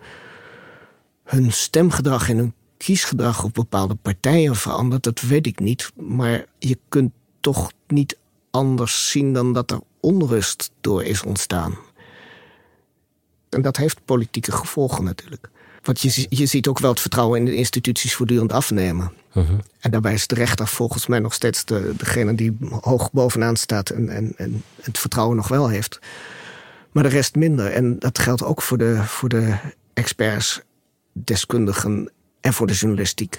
hun stemgedrag en hun kiesgedrag op bepaalde partijen verandert, dat weet ik niet. Maar je kunt toch niet anders zien dan dat er onrust door is ontstaan. En dat heeft politieke gevolgen natuurlijk. Want je ziet ook wel het vertrouwen in de instituties voortdurend afnemen. En daarbij is de rechter volgens mij nog steeds degene die hoog bovenaan staat en het vertrouwen nog wel heeft. Maar de rest minder. En dat geldt ook voor de experts, deskundigen en voor de journalistiek.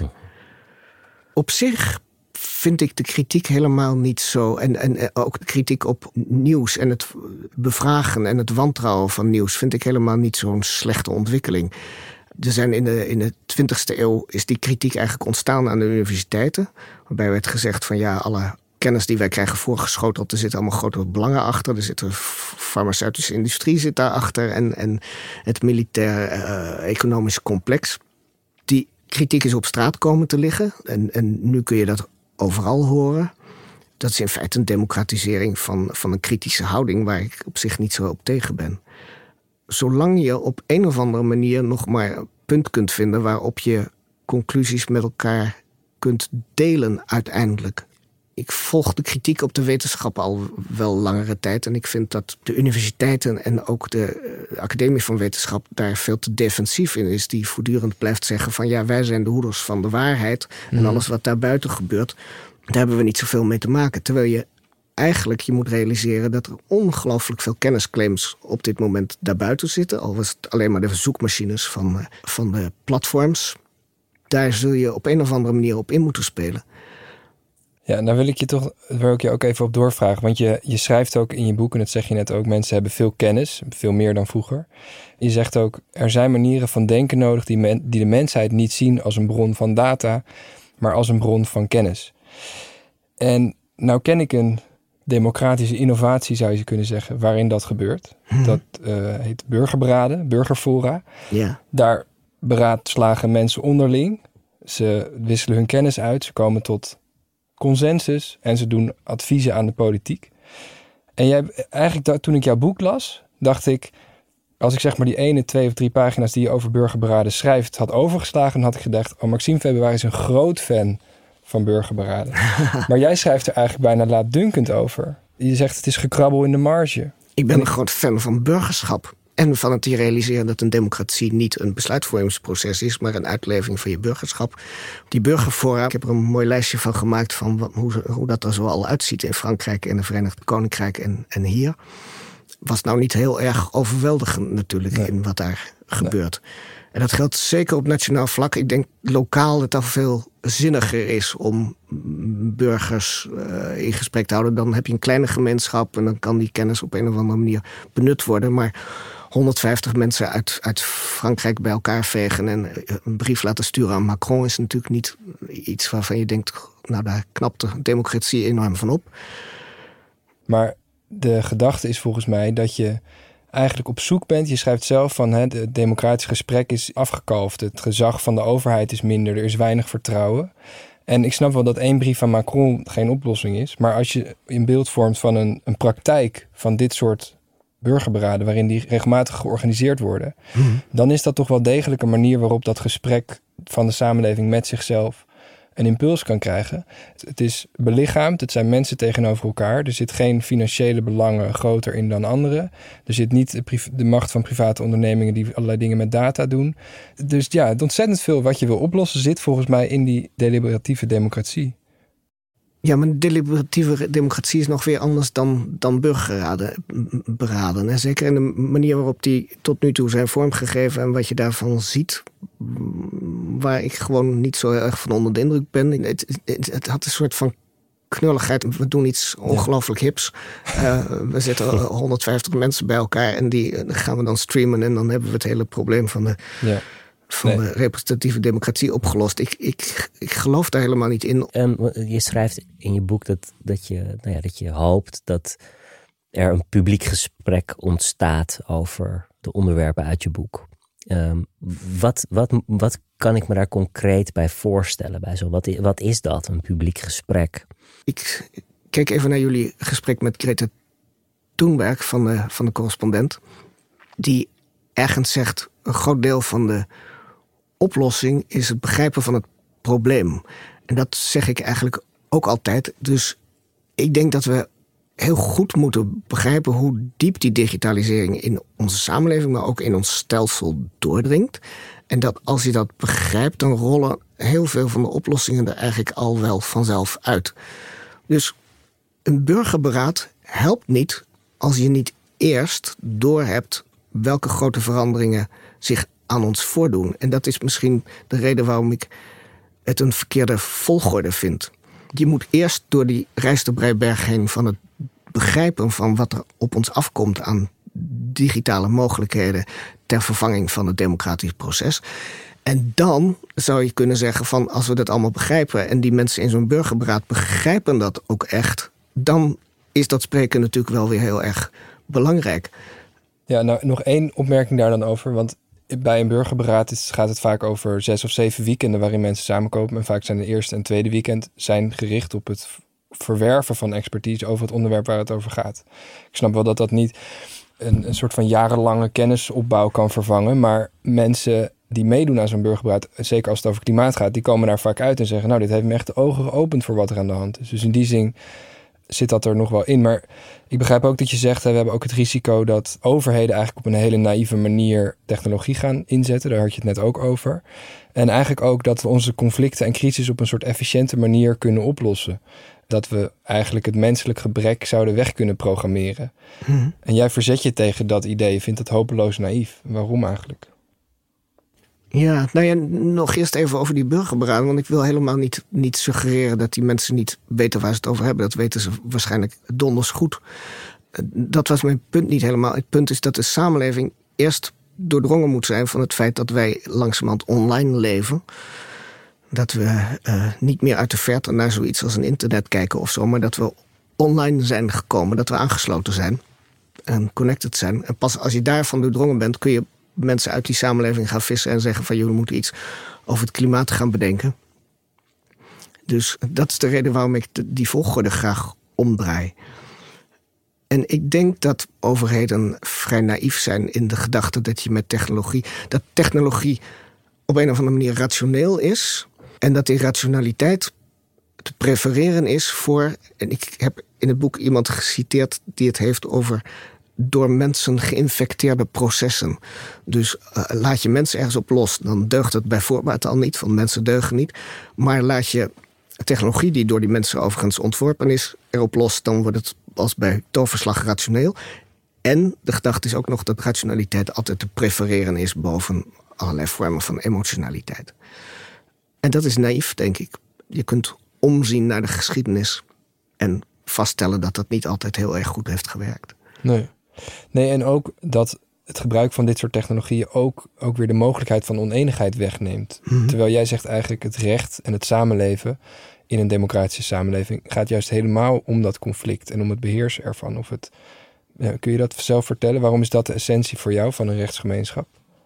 Op zich vind ik de kritiek helemaal niet zo. En ook de kritiek op nieuws en het bevragen en het wantrouwen van nieuws vind ik helemaal niet zo'n slechte ontwikkeling. Er zijn in de 20e eeuw is die kritiek eigenlijk ontstaan aan de universiteiten. Waarbij werd gezegd van ja, alle kennis die wij krijgen voorgeschoteld, er zitten allemaal grote belangen achter. Er zit een farmaceutische industrie zit daarachter en het militair-economisch complex. Die kritiek is op straat komen te liggen. En nu kun je dat overal horen. Dat is in feite een democratisering van een kritische houding waar ik op zich niet zo op tegen ben. Zolang je op een of andere manier nog maar een punt kunt vinden waarop je conclusies met elkaar kunt delen uiteindelijk. Ik volg de kritiek op de wetenschap al wel langere tijd. En ik vind dat de universiteiten en ook de Academie van Wetenschap daar veel te defensief in is. Die voortdurend blijft zeggen van ja, wij zijn de hoeders van de waarheid. En alles wat daar buiten gebeurt, daar hebben we niet zoveel mee te maken. Terwijl je moet realiseren dat er ongelooflijk veel kennisclaims op dit moment daarbuiten zitten. Al was het alleen maar de zoekmachines van de platforms. Daar zul je op een of andere manier op in moeten spelen. Ja, daar wil ik je ook even op doorvragen. Want je schrijft ook in je boek, en dat zeg je net ook, mensen hebben veel kennis, veel meer dan vroeger. Je zegt ook, er zijn manieren van denken nodig die de mensheid niet zien als een bron van data, maar als een bron van kennis. En nou ken ik een democratische innovatie, zou je kunnen zeggen, waarin dat gebeurt. Dat heet burgerberaden, burgerfora. Ja. Daar beraadslagen mensen onderling. Ze wisselen hun kennis uit, ze komen tot consensus en ze doen adviezen aan de politiek. En toen ik jouw boek las, dacht ik, als ik zeg maar die 1, 2 of 3 pagina's die je over burgerberaden schrijft had overgeslagen, dan had ik gedacht, Maxime Februari is een groot fan van burgerberaden. Maar jij schrijft er eigenlijk bijna laatdunkend over. Je zegt het is gekrabbel in de marge. Ik ben een groot fan van burgerschap. En van het realiseren dat een democratie niet een besluitvormingsproces is, maar een uitleving van je burgerschap. Die burgerfora, ik heb er een mooi lijstje van gemaakt van hoe dat er zo al uitziet in Frankrijk en de Verenigd Koninkrijk en hier. Was nou niet heel erg overweldigend natuurlijk in wat daar gebeurt. En dat geldt zeker op nationaal vlak. Ik denk lokaal dat dat veel zinniger is om burgers in gesprek te houden. Dan heb je een kleine gemeenschap en dan kan die kennis op een of andere manier benut worden. Maar 150 mensen uit Frankrijk bij elkaar vegen en een brief laten sturen aan Macron is natuurlijk niet iets waarvan je denkt, nou daar knapt de democratie enorm van op. Maar de gedachte is volgens mij dat je eigenlijk op zoek bent. Je schrijft zelf van het democratisch gesprek is afgekalfd. Het gezag van de overheid is minder. Er is weinig vertrouwen. En ik snap wel dat 1 brief van Macron geen oplossing is. Maar als je een beeld vormt van een praktijk van dit soort burgerberaden, waarin die regelmatig georganiseerd worden, dan is dat toch wel degelijk een manier waarop dat gesprek van de samenleving met zichzelf een impuls kan krijgen. Het is belichaamd, het zijn mensen tegenover elkaar. Er zit geen financiële belangen groter in dan anderen. Er zit niet de macht van private ondernemingen die allerlei dingen met data doen. Dus ja, het ontzettend veel wat je wil oplossen zit volgens mij in die deliberatieve democratie. Ja, maar deliberatieve democratie is nog weer anders dan burgerberaden. En zeker in de manier waarop die tot nu toe zijn vormgegeven en wat je daarvan ziet, waar ik gewoon niet zo erg van onder de indruk ben. Het had een soort van knulligheid. We doen iets ongelooflijk hips. We zetten 150 mensen bij elkaar en die gaan we dan streamen en dan hebben we het hele probleem van de representatieve democratie opgelost. Ik geloof daar helemaal niet in. Je schrijft in je boek dat je hoopt dat er een publiek gesprek ontstaat over de onderwerpen uit je boek. Wat kan ik me daar concreet bij voorstellen? Wat is dat, een publiek gesprek? Ik kijk even naar jullie gesprek met Greta Thunberg van de Correspondent, die ergens zegt, een groot deel van de oplossing is het begrijpen van het probleem. En dat zeg ik eigenlijk ook altijd. Dus ik denk dat we heel goed moeten begrijpen hoe diep die digitalisering in onze samenleving, maar ook in ons stelsel doordringt. En dat als je dat begrijpt, dan rollen heel veel van de oplossingen er eigenlijk al wel vanzelf uit. Dus een burgerberaad helpt niet als je niet eerst doorhebt welke grote veranderingen zich aan ons voordoen. En dat is misschien de reden waarom ik het een verkeerde volgorde vind. Je moet eerst door die rijsterberg heen van het begrijpen van wat er op ons afkomt aan digitale mogelijkheden ter vervanging van het democratisch proces. En dan zou je kunnen zeggen van, als we dat allemaal begrijpen en die mensen in zo'n burgerberaad begrijpen dat ook echt, dan is dat spreken natuurlijk wel weer heel erg belangrijk. Ja, nou nog 1 opmerking daar dan over, want bij een burgerberaad gaat het vaak over 6 of 7 weekenden waarin mensen samenkomen. En vaak zijn de eerste en tweede weekend zijn gericht op het verwerven van expertise over het onderwerp waar het over gaat. Ik snap wel dat dat niet een soort van jarenlange kennisopbouw kan vervangen, maar mensen die meedoen aan zo'n burgerberaad, zeker als het over klimaat gaat, die komen daar vaak uit en zeggen, nou, dit heeft me echt de ogen geopend voor wat er aan de hand is. Dus in die zin zit dat er nog wel in. Maar ik begrijp ook dat je zegt, we hebben ook het risico dat overheden eigenlijk op een hele naïeve manier technologie gaan inzetten. Daar had je het net ook over. En eigenlijk ook dat we onze conflicten en crisis op een soort efficiënte manier kunnen oplossen. Dat we eigenlijk het menselijk gebrek zouden weg kunnen programmeren. En jij verzet je tegen dat idee. Je vindt het hopeloos naïef. Waarom eigenlijk? Ja, nou ja, nog eerst even over die burgerberaden. Want ik wil helemaal niet suggereren dat die mensen niet weten waar ze het over hebben. Dat weten ze waarschijnlijk donders goed. Dat was mijn punt niet helemaal. Het punt is dat de samenleving eerst doordrongen moet zijn van het feit dat wij langzamerhand online leven. Dat we niet meer uit de verte naar zoiets als een internet kijken of zo, maar dat we online zijn gekomen, dat we aangesloten zijn en connected zijn. En pas als je daarvan doordrongen bent, kun je mensen uit die samenleving gaan vissen en zeggen van jullie moeten iets over het klimaat gaan bedenken. Dus dat is de reden waarom ik die volgorde graag omdraai. En ik denk dat overheden vrij naïef zijn in de gedachte dat je met technologie op een of andere manier rationeel is. En dat die rationaliteit te prefereren is voor, en ik heb in het boek iemand geciteerd die het heeft over door mensen geïnfecteerde processen. Dus laat je mensen ergens op los, dan deugt het bij voorbaat al niet, want mensen deugen niet. Maar laat je technologie die door die mensen overigens ontworpen is erop los, dan wordt het als bij toverslag rationeel. En de gedachte is ook nog dat rationaliteit altijd te prefereren is boven allerlei vormen van emotionaliteit. En dat is naïef, denk ik. Je kunt omzien naar de geschiedenis en vaststellen dat dat niet altijd heel erg goed heeft gewerkt. Nee, en ook dat het gebruik van dit soort technologieën ook weer de mogelijkheid van oneenigheid wegneemt. Mm-hmm. Terwijl jij zegt eigenlijk het recht en het samenleven in een democratische samenleving gaat juist helemaal om dat conflict en om het beheersen ervan. Kun je dat zelf vertellen? Waarom is dat de essentie voor jou van een rechtsgemeenschap?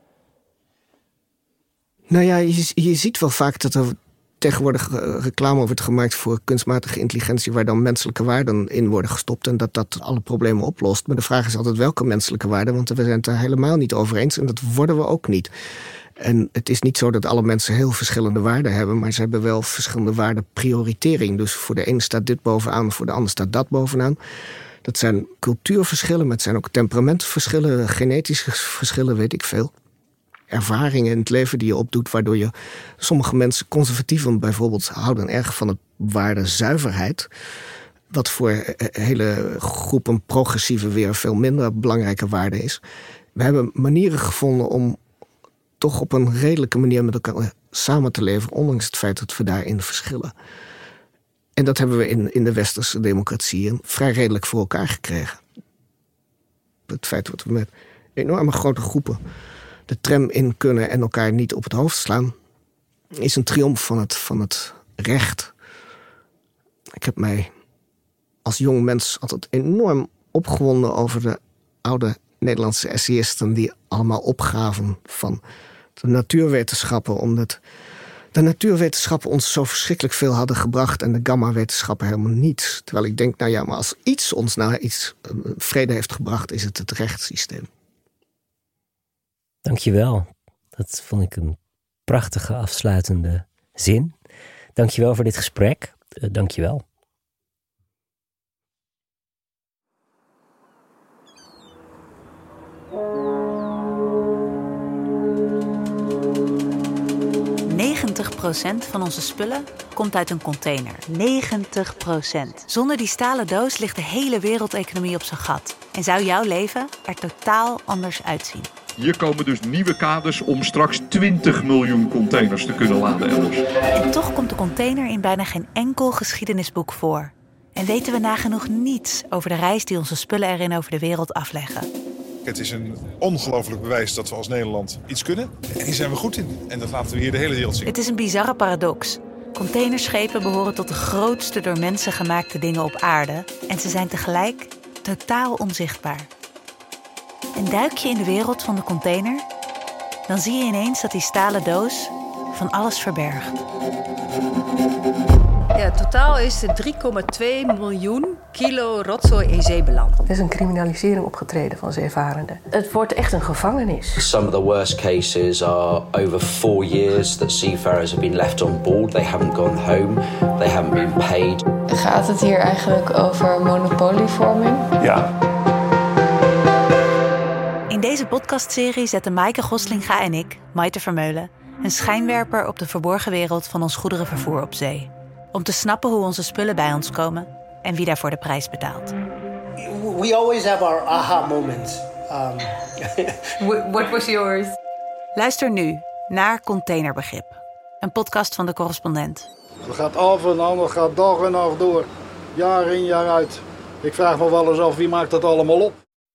Nou ja, je ziet wel vaak dat er tegenwoordig reclame wordt gemaakt voor kunstmatige intelligentie waar dan menselijke waarden in worden gestopt en dat alle problemen oplost. Maar de vraag is altijd welke menselijke waarden, want we zijn het daar helemaal niet over eens en dat worden we ook niet. En het is niet zo dat alle mensen heel verschillende waarden hebben, maar ze hebben wel verschillende waardenprioritering. Dus voor de een staat dit bovenaan, voor de ander staat dat bovenaan. Dat zijn cultuurverschillen, maar het zijn ook temperamentverschillen, genetische verschillen, weet ik veel. Ervaringen in het leven die je opdoet, waardoor je sommige mensen conservatieven bijvoorbeeld houden erg van het waarde zuiverheid. Wat voor hele groepen progressieven weer veel minder belangrijke waarde is. We hebben manieren gevonden om toch op een redelijke manier met elkaar samen te leven, ondanks het feit dat we daarin verschillen. En dat hebben we in de westerse democratieën vrij redelijk voor elkaar gekregen. Het feit dat we met enorme grote groepen de tram in kunnen en elkaar niet op het hoofd slaan, is een triomf van het recht. Ik heb mij als jong mens altijd enorm opgewonden over de oude Nederlandse essayisten die allemaal opgaven van de natuurwetenschappen, omdat de natuurwetenschappen ons zo verschrikkelijk veel hadden gebracht en de gamma-wetenschappen helemaal niets. Terwijl ik denk, nou ja, maar als iets ons naar iets vrede heeft gebracht, is het rechtssysteem. Dankjewel. Dat vond ik een prachtige afsluitende zin. Dankjewel voor dit gesprek. Dankjewel. % van onze spullen komt uit een container. 90%. Zonder die stalen doos ligt de hele wereldeconomie op zijn gat. En zou jouw leven er totaal anders uitzien. Hier komen dus nieuwe kaders om straks 20 miljoen containers te kunnen laden elders. En toch komt de container in bijna geen enkel geschiedenisboek voor. En weten we nagenoeg niets over de reis die onze spullen erin over de wereld afleggen. Het is een ongelooflijk bewijs dat we als Nederland iets kunnen. En hier zijn we goed in. En dat laten we hier de hele wereld zien. Het is een bizarre paradox. Containerschepen behoren tot de grootste door mensen gemaakte dingen op aarde. En ze zijn tegelijk totaal onzichtbaar. En duik je in de wereld van de container, dan zie je ineens dat die stalen doos van alles verbergt. Ja, totaal is er 3,2 miljoen kilo rotzooi in zee beland. Er is een criminalisering opgetreden van zeevarenden. Het wordt echt een gevangenis. Some of the worst cases are over 4 years that seafarers have been left on board. They haven't gone home. They haven't been paid. Gaat het hier eigenlijk over monopolievorming? Ja. In deze podcastserie zetten Maaike Goslinga en ik, Maite Vermeulen, een schijnwerper op de verborgen wereld van ons goederenvervoer op zee. Om te snappen hoe onze spullen bij ons komen en wie daarvoor de prijs betaalt. We always have our aha moments. What was yours? Luister nu naar Containerbegrip, een podcast van De Correspondent. Het gaat af en aan, het gaat dag en nacht door. Jaar in, jaar uit. Ik vraag me wel eens af, wie maakt dat allemaal op?